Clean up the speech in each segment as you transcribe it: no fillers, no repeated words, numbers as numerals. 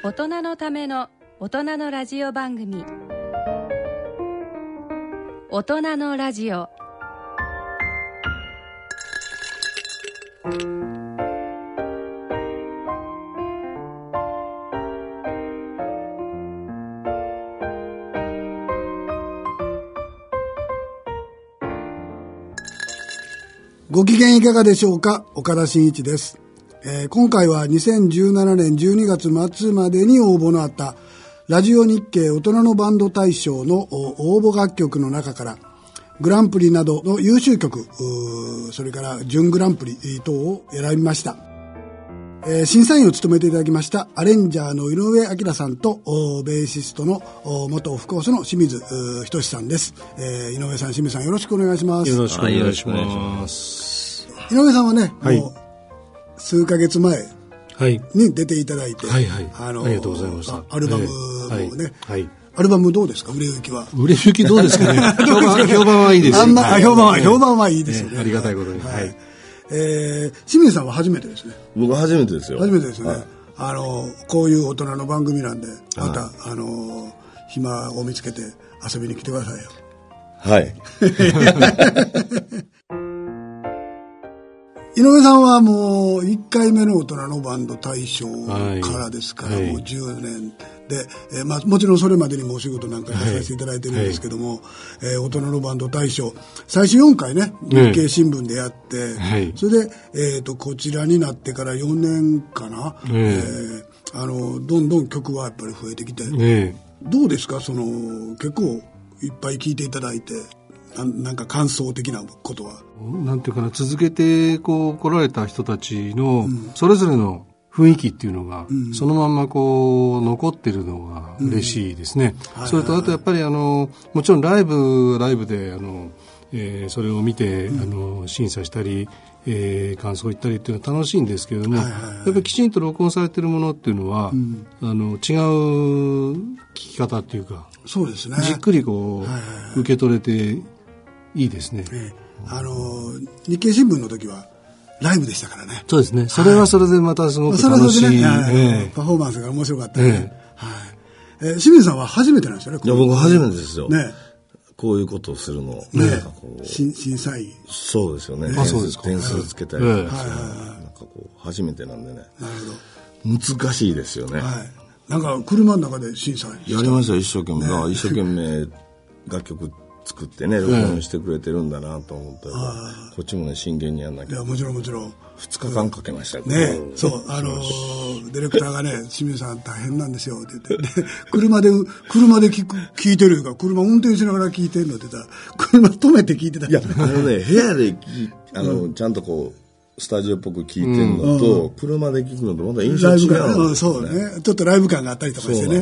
大人のための大人のラジオ番組、大人のラジオ。 ご機嫌いかがでしょうか。岡田真一です。今回は2017年12月末までに応募のあったラジオ日経大人のバンド大賞の応募楽曲の中からグランプリなどの優秀曲、それから準グランプリ等を選びました。審査員を務めていただきましたアレンジャーの井上彰さんとベーシストの元オフコースの清水仁さんです。井上さん、清水さん、よろしくお願いします。 よろしくお願いします。 井上さんはね、 はい、 もう数ヶ月前に出ていただいて、 はいはい、ありがとうございました。 アルバムもね、 はいはい、 アルバムどうですか、売れ行きは。 売れ行きどうですかね。評判はいいです。 評判はいいですよね。 ありがたいことに。はい。 清水さんは初めてですね。 僕は初めてですよ。 初めてですね。 はい、 こういう大人の番組なんで、また、暇を見つけて遊びに来てくださいよ。 はい。 井上さんはもう1回目の大人のバンド大賞からですから、もう10年で、もちろんそれまでにもお仕事なんかさせていただいてるんですけども、大人のバンド大賞最初4回ね、日経新聞でやって、それで、こちらになってから4年かな、どんどん曲はやっぱり増えてきて、どうですか、結構いっぱい聴いていただいて、なんか感想的なことは。 なんていうかな、続けて来られた人たちのそれぞれの雰囲気っていうのが、そのまんま残ってるのが嬉しいですね。それとあとやっぱりもちろんライブでそれを見て、審査したり、感想を言ったりっていうのは楽しいんですけれども、やっぱりきちんと録音されているものっていうのは、違う聞き方っていうか、 そうですね、 じっくり受け取れていいですね。 日経新聞の時はライブでしたからね。 そうですね。それはそれでまたすごく楽しい。 パフォーマンスが面白かったね。清水さんは初めてなんですよね。 いや、僕初めてですよ。 ね。 こういうことをするの。ね。 審査員。 そうですよね。 そうですか。 点数つけたりとか。なんか初めてなんでね。 なるほど。 難しいですよね。 なんか車の中で審査員やりましたよ、一生懸命。一生懸命楽曲作ってね、録音してくれてるんだなと思ったら、こっちもね、真剣にやんなきゃ。 いや、もちろん。2 日間かけましたね。そう、ディレクターがね、清水さん大変なんですよって言って、車で聞いてるか、車運転しながら聞いてるのって言ったら、車止めて聞いてた。 いや、部屋でちゃんとスタジオっぽく聞いてるのと、車で聞くのとまた印象違う。 そうね。ちょっとライブ感があったりとかしてね。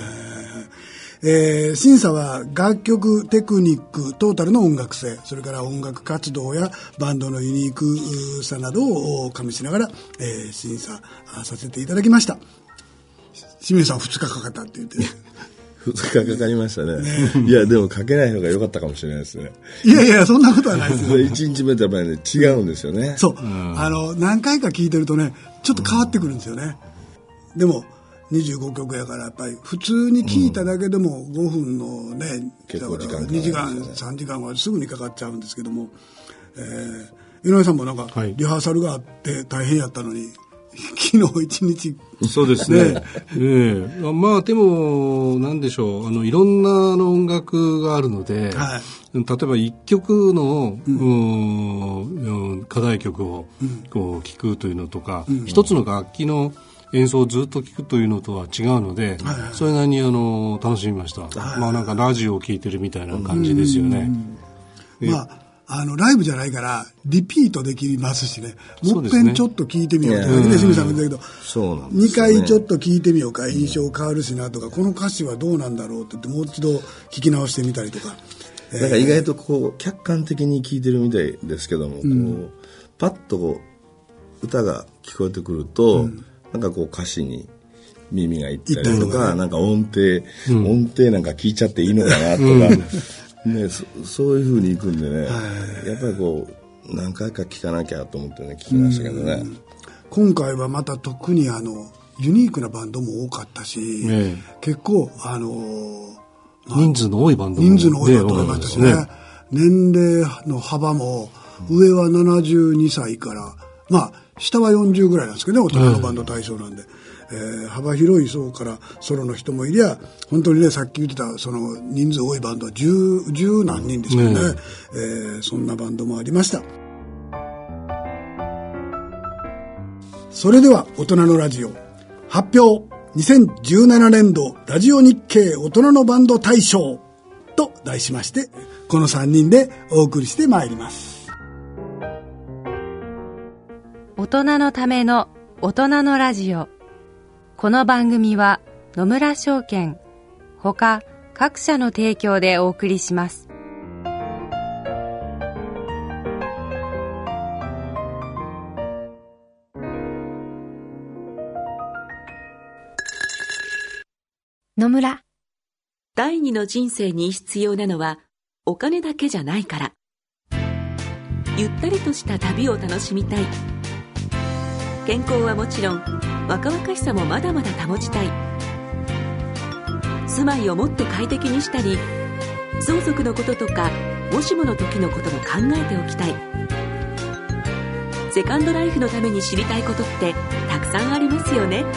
審査は楽曲、テクニック、トータルの音楽性、それから音楽活動やバンドのユニークさなどを加味しながら、審査させていただきました。清水さん2日かかったって言って。 2日かかりましたね。いや、でもかけない方が良かったかもしれないですね。 いや、そんなことはないですよ。 1日目とやっぱりね、違うんですよね。 そう。何回か聞いてるとね、ちょっと変わってくるんですよね。でも、25曲やからやっぱり普通に聞いただけでも5分のね、 結構時間 2時間3時間はすぐにかかっちゃうんですけども、井上さんもなんかリハーサルがあって大変やったのに、昨日一日。 そうですね。まあでもなんでしょう、いろんな音楽があるので、例えば一曲の、課題曲を聴くというのとか、一つの楽器の演奏をずっと聴くというのとは違うので、それなりに楽しみました。まあなんかラジオを聴いてるみたいな感じですよね。 ライブじゃないからリピートできますしね。もっぺんちょっと聞いてみようとかね、清水さんも言ったけど、2回ちょっと聞いてみようか、印象変わるしなとか、この歌詞はどうなんだろうって言ってもう一度聞き直してみたりとか。 なんか意外と客観的に聞いてるみたいですけども、パッと歌が聞こえてくると、なんか歌詞に耳がいったりとか、なんか音程なんか聞いちゃっていいのかなとか、ね、そういう風にいくんでね、やっぱり何回か聞かなきゃと思ってね、聞きましたけどね。 今回はまた特にユニークなバンドも多かったし、結構人数の多いバンドも人数の多いバンドもありましたしね。年齢の幅も上は72歳から、まあ下は40ぐらいなんですけどね、大人のバンド対象なんで、幅広い層からソロの人もいりゃ、本当にね、さっき言ってたその人数多いバンドは10何人ですけどね、そんなバンドもありました。それでは大人のラジオ発表、2017年度ラジオ日経大人のバンド大賞と題しまして、この3人でお送りしてまいります。 大人のための大人のラジオ。この番組は野村証券ほか各社の提供でお送りします。 野村。 第二の人生に必要なのはお金だけじゃないから。ゆったりとした旅を楽しみたい。健康はもちろん若々しさもまだまだ保ちたい。住まいをもっと快適にしたり、相続のこととかもしもの時のことも考えておきたい。セカンドライフのために知りたいことってたくさんありますよね。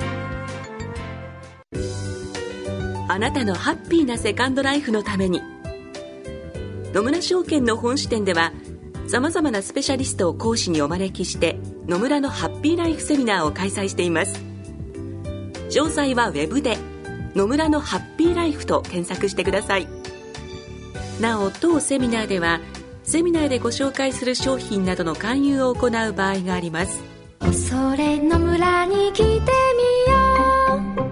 あなたのハッピーなセカンドライフのために、野村証券の本支店ではさまざまなスペシャリストを講師にお招きして野村のハッピーライフセミナーを開催しています。詳細はウェブで野村のハッピーライフと検索してください。なお当セミナーではセミナーでご紹介する商品などの勧誘を行う場合があります。 それの村に来てみよう。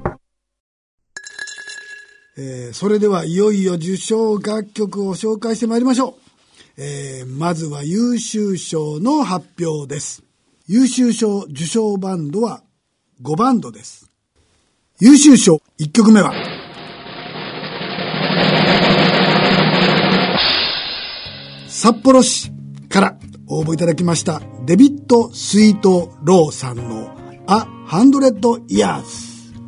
それではいよいよ受賞楽曲を紹介してまいりましょう。まずは優秀賞の発表です。優秀賞受賞バンドは5バンドです。優秀賞1曲目は札幌市から応募いただきましたデビッド・スイート・ローさんのA Hundred Years。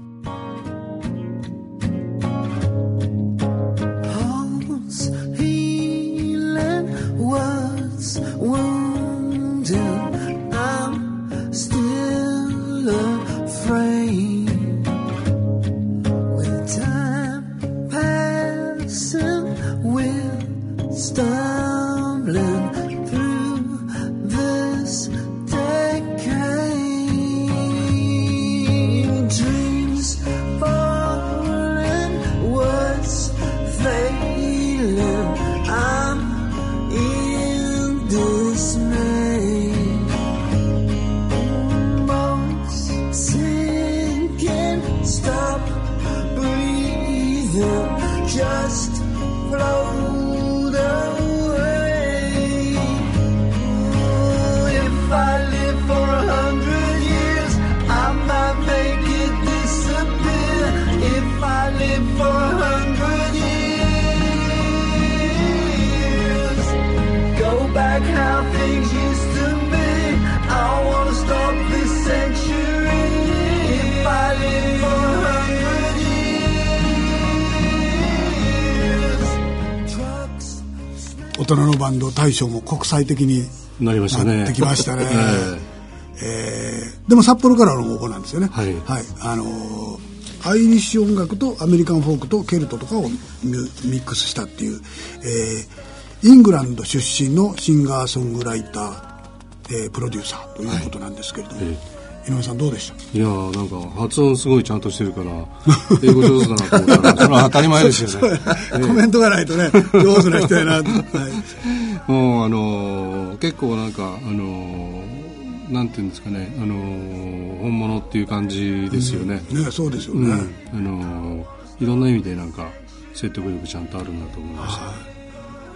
大人のバンド大賞も国際的になってきましたね。でも札幌からの応募なんですよね。はい。アイリッシュ音楽とアメリカンフォークとケルトとかをミックスしたっていう、イングランド出身のシンガーソングライター、プロデューサーということなんですけれども、井上さんどうでした？ いやなんか発音すごいちゃんとしてるから英語上手だなと思ったらそれは当たり前ですよね。 コメントがないとね上手な人やなと、 もう結構なんかなんていうんですかね本物っていう感じですよね。 ね、そうですよね。 いろんな意味でなんか説得力ちゃんとあるんだと思いました。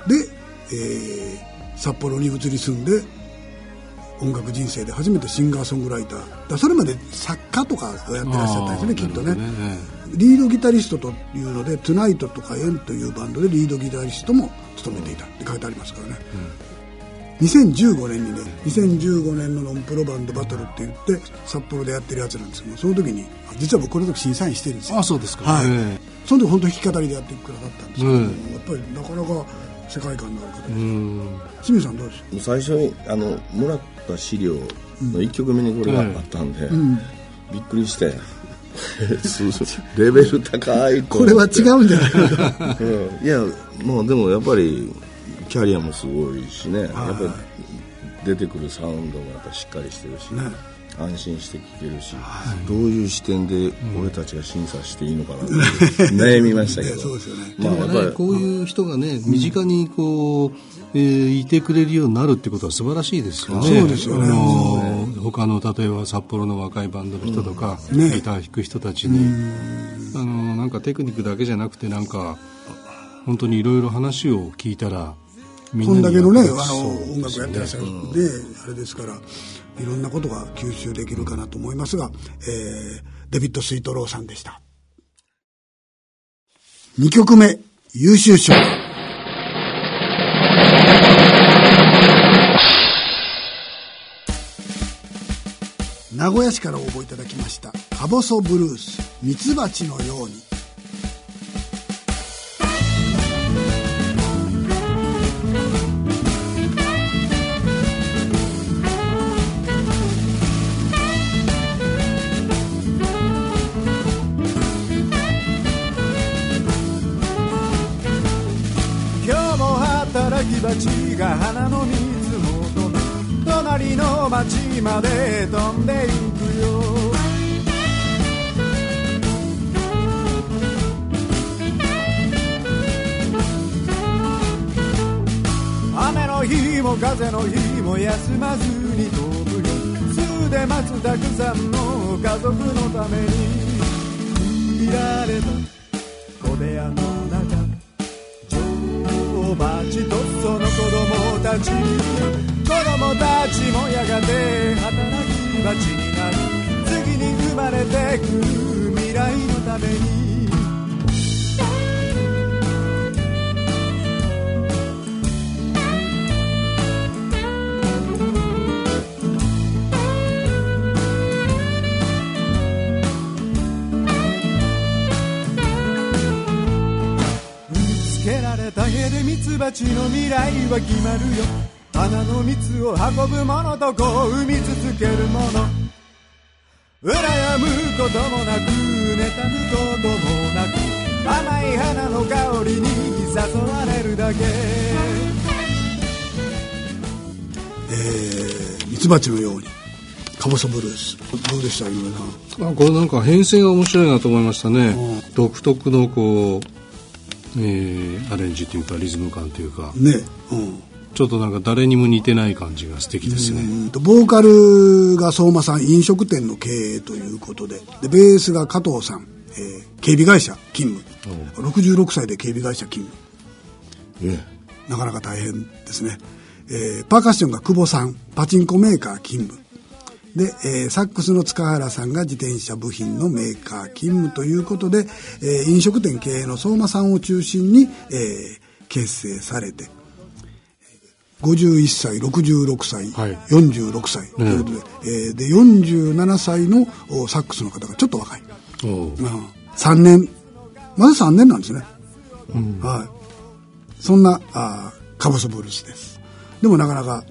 で、札幌に移り住んで音楽人生で初めてシンガーソングライターだ。それまで作家とかをやってらっしゃったんですね、きっとね。リードギタリストというのでトゥナイトとかエンというバンドでリードギタリストも務めていたって書いてありますからね。 2015年にね、2015年のノンプロバンドバトルって言って札幌でやってるやつなんですけど、その時に実は僕この時審査員してるんですよ。 あ、そうですか。 はい。その時本当に弾き語りでやってくださったんですけど、やっぱりなかなか世界観のある方で、清水さんどうですか？ 最初にもらった資料の1曲目にこれがあったんで、びっくりしてレベル高いとこれは違うんじゃないかな、 いやもうでもやっぱりキャリアもすごいしね、やっぱり出てくるサウンドもやっぱりしっかりしてるし、安心して聴けるし、どういう視点で俺たちが審査していいのかなって悩みましたけどそうですよね。 まあ、やっぱりこういう人がね、身近にこう、いてくれるようになるってことは素晴らしいですよね。 そうですよね。 他の例えば札幌の若いバンドの人とか、ギター弾く人たちになんかテクニックだけじゃなくて、なんか本当にいろいろ話を聞いたらみんなにこんだけのね、音楽やってらっしゃるんで、あれですからいろんなことが吸収できるかなと思いますが、デビッド・スイートローさんでした。2曲目、優秀賞。名古屋市から応募いただきましたかぼそブルース、ミツバチのように。 働き蜂が花の蜜求め、隣の町まで飛んでゆくよ。雨の日も風の日も休まずに飛ぶよ。巣で待つたくさんの家族のために見られた小部屋の中、バチとその子供たち、子供たちもやがて働きバチになる。次に生まれてくる未来のために。大変でミツバチの未来は決まるよ。花の蜜を運ぶものとこう生み続けるもの。羨むこともなく妬むこともなく、甘い花の香りに誘われるだけ。 ミツバチのようにかぼそブルース、どうでした、井上さん？ これなんか編成が面白いなと思いましたね。独特のこうアレンジというかリズム感というか、ね、ちょっとなんか誰にも似てない感じが素敵ですね。 ボーカルが相馬さん、飲食店の経営ということで、ベースが加藤さん、警備会社勤務、66歳で警備会社勤務、なかなか大変ですね。パーカッションが久保さん、パチンコメーカー勤務で、サックスの塚原さんが自転車部品のメーカー勤務ということで、飲食店経営の相馬さんを中心に、結成されて、51歳、66歳、46歳ということで、で47歳のサックスの方がちょっと若い、3年、まだ3年なんですね、はい、そんなかぼそブルースです。でもなかなか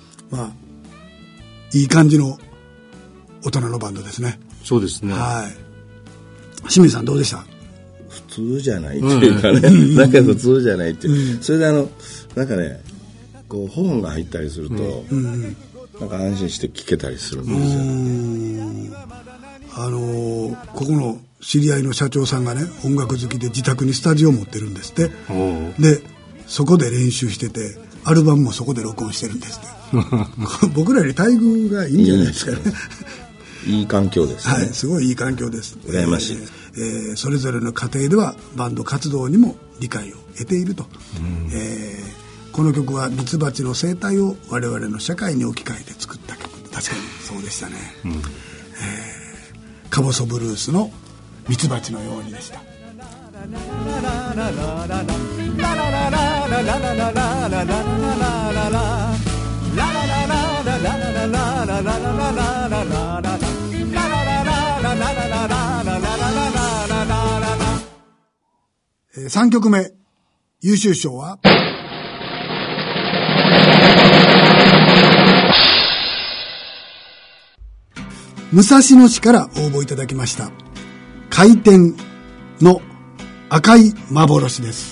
いい感じの大人のバンドですね。 そうですね。 はい。清水さんどうでした？ 普通じゃないっていうかね、なんか普通じゃないっていう、それでなんかね、こうホーンが入ったりすると、なんか安心して聴けたりするんですよ。 ここの知り合いの社長さんがね、音楽好きで自宅にスタジオを持ってるんですって。でそこで練習してて、アルバムもそこで録音してるんですって僕らより待遇がいいんじゃないですかね。 いい環境ですね。 はい、すごいいい環境です。 羨ましい。 それぞれの家庭ではバンド活動にも理解を得ていると、この曲はミツバチの生態を我々の社会に置き換えて作った曲。確かにそうでしたね。かぼそブルースのミツバチのようにでした。 3曲目、優秀賞は武蔵野市から応募いただきました回転の赤い幻です。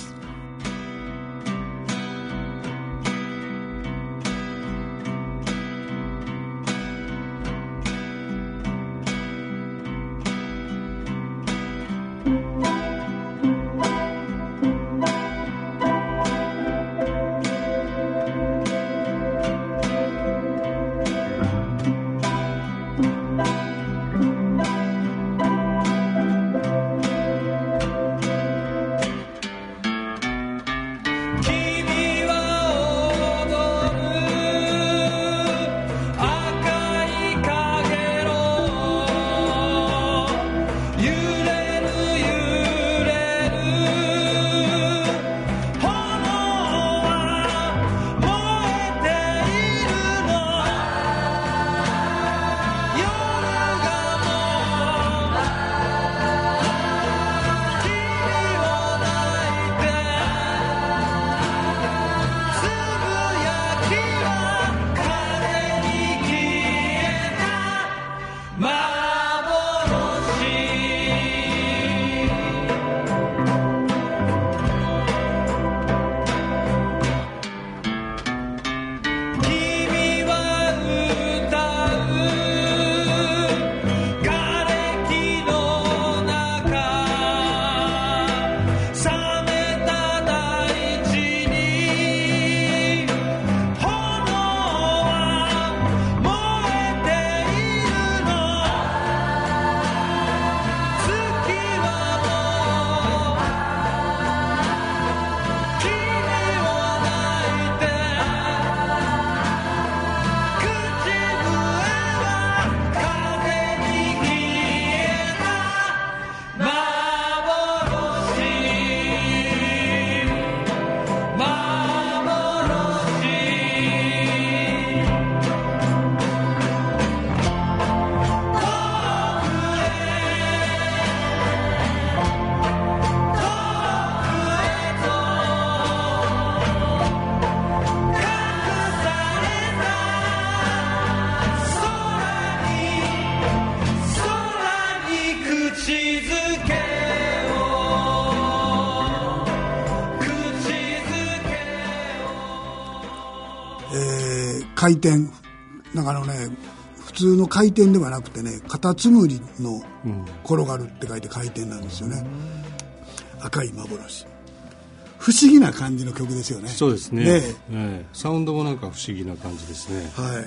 回転、だからね、普通の回転ではなくてね、カタツムリの転がるって書いて回転なんですよね。赤い幻。不思議な感じの曲ですよね。 そうですね。サウンドもなんか不思議な感じですね。 はい。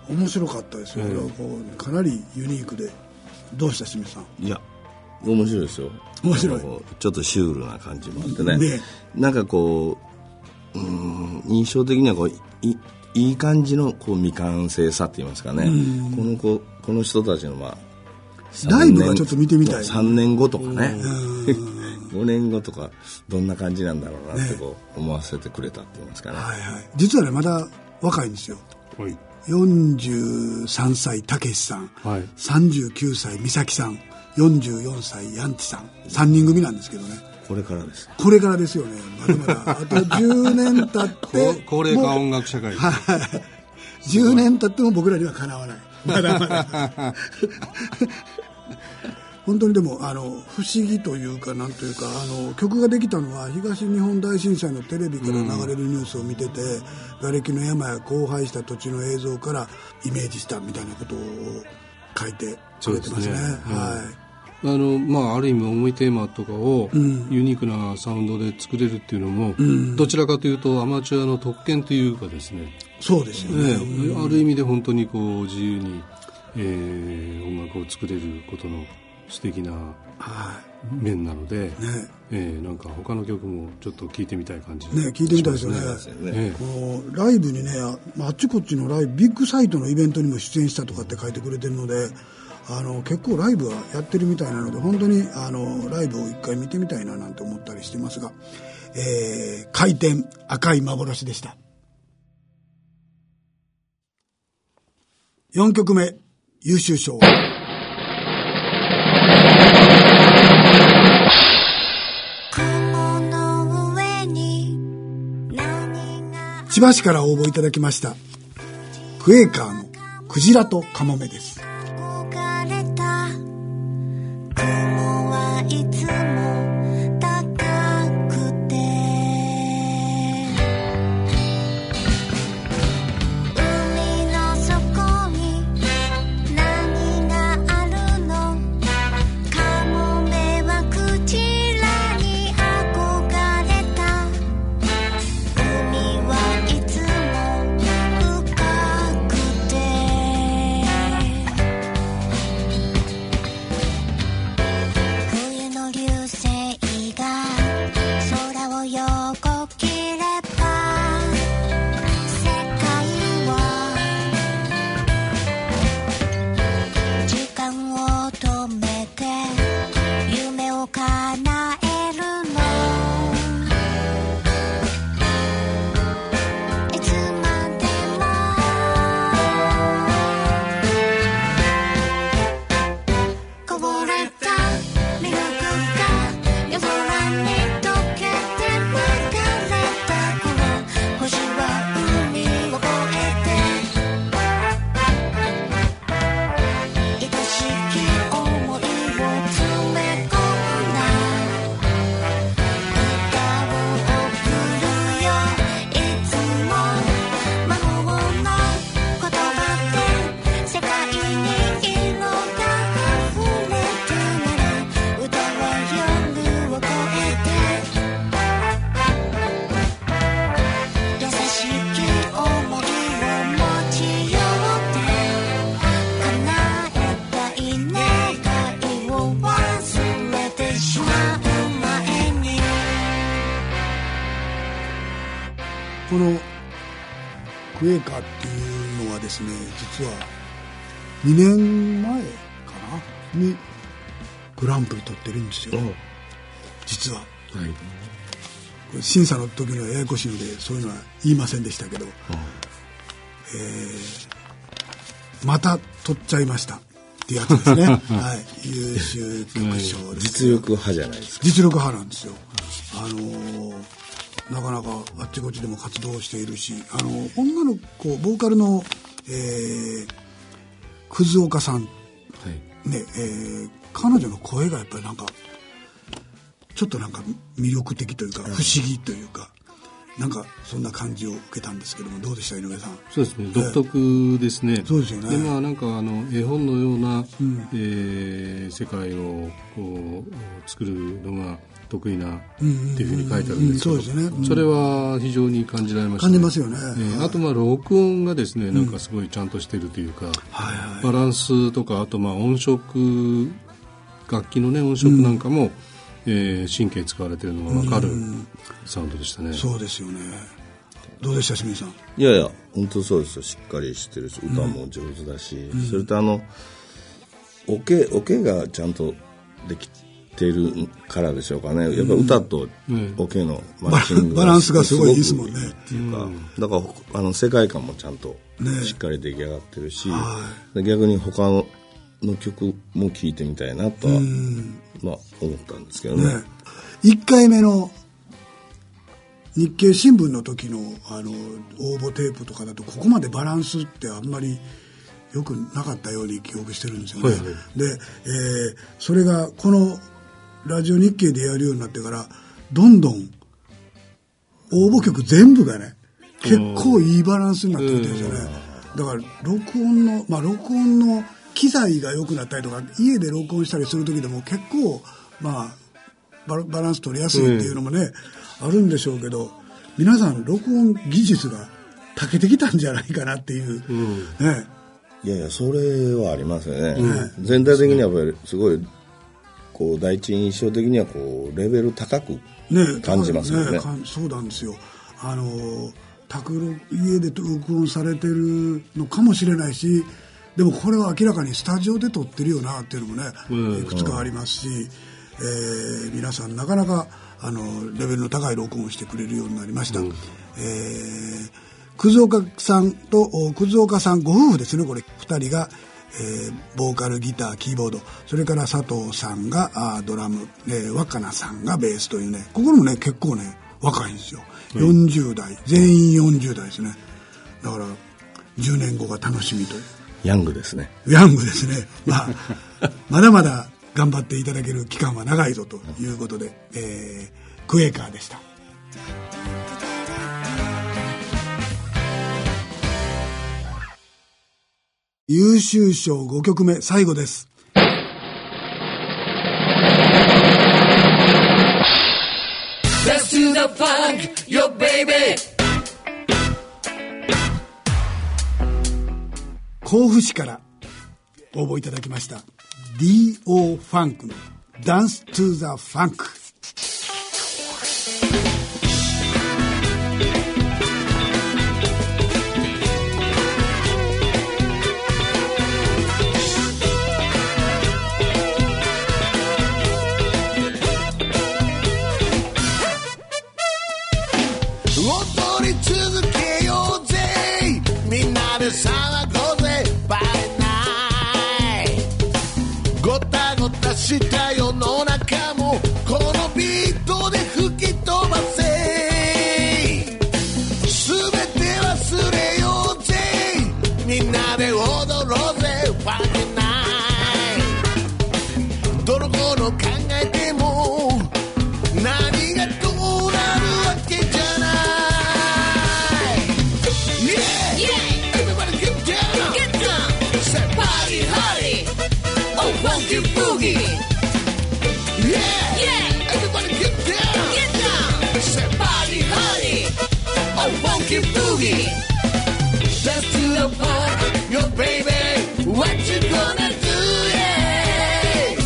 面白かったですよ。かなりユニークで。どうした清水さん。 いや、面白いですよ。 面白い。 ちょっとシュールな感じもあってね。なんかこう、印象的にはこういい感じのこう未完成さって言いますかね。この人たちのライブがちょっと見てみたい。 3年後とかね。5年後とかどんな感じなんだろうなってこう思わせてくれたって言いますかね。 はいはい。実はね、まだ若いんですよ。 はい。 43歳たけしさん、はい、39歳美咲さん、44歳ヤンチさん、3人組なんですけどね。 これからです。 これからですよね。まだまだあと10年経って高齢化音楽社会。 はい。10年経っても僕らにはかなわない。まだまだ。本当にでも不思議というかなんというか曲ができたのは東日本大震災のテレビから流れるニュースを見てて、瓦礫の山や荒廃した土地の映像からイメージしたみたいなことを書いてくれてますね。はい。 ある意味重いテーマとかをユニークなサウンドで作れるっていうのも、どちらかというとアマチュアの特権というかですね。 そうですよね。 ある意味で本当にこう自由に、音楽を作れることの素敵な面なので、なんか他の曲もちょっと聴いてみたい感じね。聴いてみたいですよね。ライブにね、あっちこっちのライブ、ビッグサイトのイベントにも出演したとかって書いてくれてるので、結構ライブはやってるみたいなので、本当にライブを一回見てみたいななんて思ったりしてますが、回転赤い幻でした。 4曲目、優秀賞。千葉市から応募いただきました。クエーカーのクジラとカモメです。このクエーカーっていうのはですね、実は2年前かなにグランプリ取ってるんですよ、実は、はい、これ審査の時にはややこしいのでそういうのは言いませんでしたけど、また取っちゃいましたっていうやつですね、はい、優秀曲賞です。 実力派じゃないですか。 実力派なんですよ。なかなかあっちこっちでも活動しているし、女の子ボーカルの、葛岡さん、はいね、彼女の声がやっぱりなんかちょっとなんか魅力的というか不思議というか、なんかそんな感じを受けたんですけども、どうでした井上さん。 そうですね、独特ですね。 そうですよね。 でなんか絵本のような、世界をこう作るのが得意なっていうふうに書いてあるんですけど、そうですね、それは非常に感じられましたね。 感じますよね。 あと録音がですね、なんかすごいちゃんとしてるというか、バランスとか、あと音色、楽器のね音色なんかも、神経使われてるのが分かるサウンドでしたね。 そうですよね。どうでした清水さん。 いやいや本当そうですよ。しっかりしてるし歌も上手だし、それとオケがちゃんとできてるからでしょうかね。やっぱ歌とオケのマッチングバランスがすごいいいですもんね。 っていうか、だから世界観もちゃんとしっかり出来上がってるし、逆に他の曲も聴いてみたいなとは思ったんですけどね。 1回目の日経新聞の時の応募テープとかだとここまでバランスってあんまりよくなかったように記憶してるんですよね。はいはい、で、それがこのラジオ日経でやるようになってからどんどん応募曲全部がね結構いいバランスになってきてるんですよね。だから録音の機材が良くなったりとか家で録音したりする時でも結構バランス取りやすいっていうのもね、あるんでしょうけど、皆さん録音技術が長けてきたんじゃないかなっていう、ね。 いやいやそれはありますよね。全体的にはやっぱりすごいこう第一印象的にはこうレベル高く感じますよね。 そうなんですよ。家で録音されてるのかもしれないし、でもこれは明らかにスタジオで撮ってるよなっていうのもね、いくつかありますし、皆さんなかなかレベルの高い録音をしてくれるようになりました。 葛岡さんと葛岡さんご夫婦ですね。これ2人が、ボーカル、ギター、キーボード、それから佐藤さんがドラム、若菜さんがベースというね、ここもね結構ね若いんですよ。40代、全員40代ですね。だから10年後が楽しみという。 ヤングですね。 ヤングですね。まだまだ頑張っていただける期間は長いぞということで、クエーカーでした。優秀賞5曲目、最後です。甲府市から応募いただきました D.O. ファンクの Dance to the Funk。 踊り続けようぜ、みんなで騒ごうぜ、バイナイごたごたした世の中もこのビートで吹き飛ばせ、すべて忘れようぜ、みんなで踊ろうぜ、バイナイどの子の考えても何がどうなるわけじゃない。Funky boogie, yeah, yeah. Everybody get down, get down. Say party, honey. Oh, funky boogie. Dance to the funk, yo, baby. What you gonna do, yeah?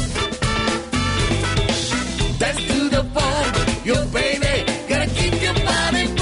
Dance to the funk, yo, baby. Gotta keep your body moving.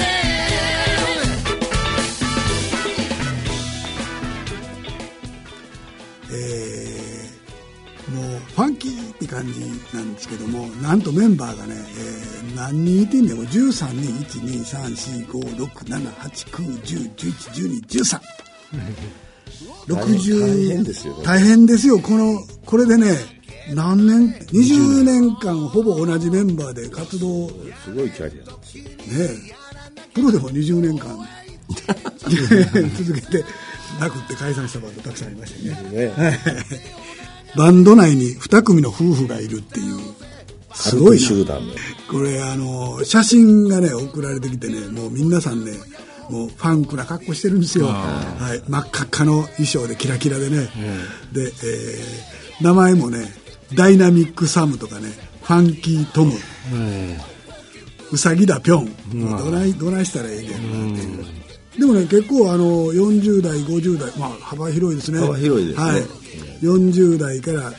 ファンキーって感じなんですけども、なんとメンバーがね、何人いてんねん。13人、1、2、3、4、5、6、7、8、9、10、11、12、13。60 大変ですよね。 大変ですよ。これでね、何年、20年間ほぼ同じメンバーで活動。 すごいキャリア。 ねえ、プロでも20年間続けてなくって解散したバンドたくさんありましたね。バンド内に2組の夫婦がいるっていう、すごいな。 集団ね。 これ写真がね送られてきてね、もう皆さんね、もうファンクな格好してるんですよ。はい、真っ赤っかの衣装でキラキラでね。で、名前もね、ダイナミックサムとかね、ファンキートム、ウサギだぴょん、どないしたらいいねんなっていう。でもね、結構40代50代、まあ幅広いですね。 幅広いですね。はい、 40代から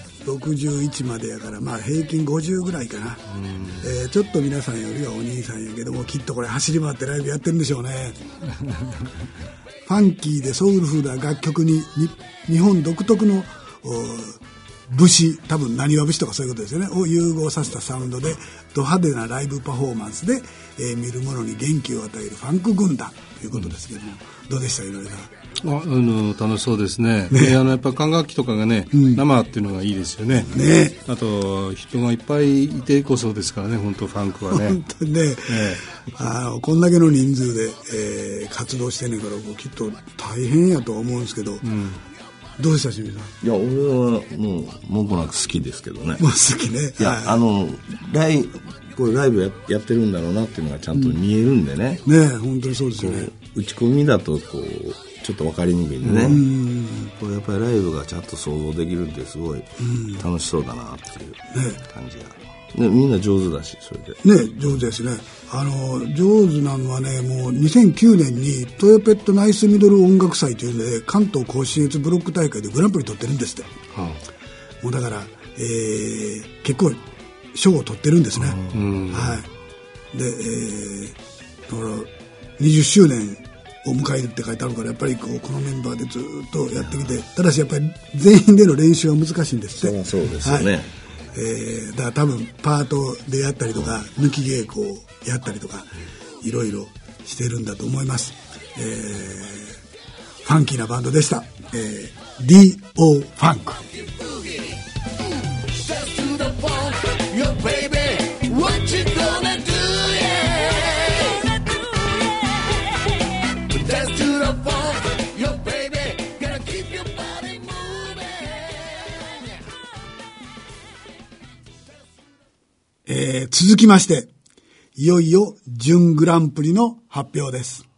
61までやから、まあ平均50ぐらいかな。ちょっと皆さんよりはお兄さんやけども、きっとこれ走り回ってライブやってるんでしょうね。ファンキーでソウルフルな楽曲に日本独特の節、多分浪花節とかそういうことですよね、を融合させたサウンドでド派手なライブパフォーマンスで、見る者に元気を与えるファンク軍団ということですけども、どうでした、いろいろ。 楽しそうですね。やっぱ管楽器とかがね、生っていうのがいいですよね。あと人がいっぱいいてこそですからね、本当ファンクはね。 本当にね、こんだけの人数で、活動してんねんから、きっと大変やとは思うんですけど、どうでした、清水さん。 いや、俺はもう文句なく好きですけどね。 もう好きね。 いや、これライブやってるんだろうなっていうのがちゃんと見えるんでね。 本当にそうですよね。 打ち込みだとちょっと分かりにくいんでね。これやっぱりライブがちゃんと想像できるんですごい楽しそうだなっていう感じが。みんな上手だし、それで。 上手ですね。上手なのはね、もう2009年にトヨペットナイスミドル音楽祭というので、関東甲信越ブロック大会でグランプリ取ってるんですって。もうだから、結構賞を取ってるんですね。はい。で、だから20周年を迎えるって書いてあるから、やっぱりこのメンバーでずっとやってきて、ただしやっぱり全員での練習は難しいんですって。 そうですよね。はい、 だから多分パートでやったりとか、抜き稽古をやったりとか、いろいろしてるんだと思います。 ファンキーなバンドでした。D.O. ファンク。続きまして、いよいよ準グランプリの発表です。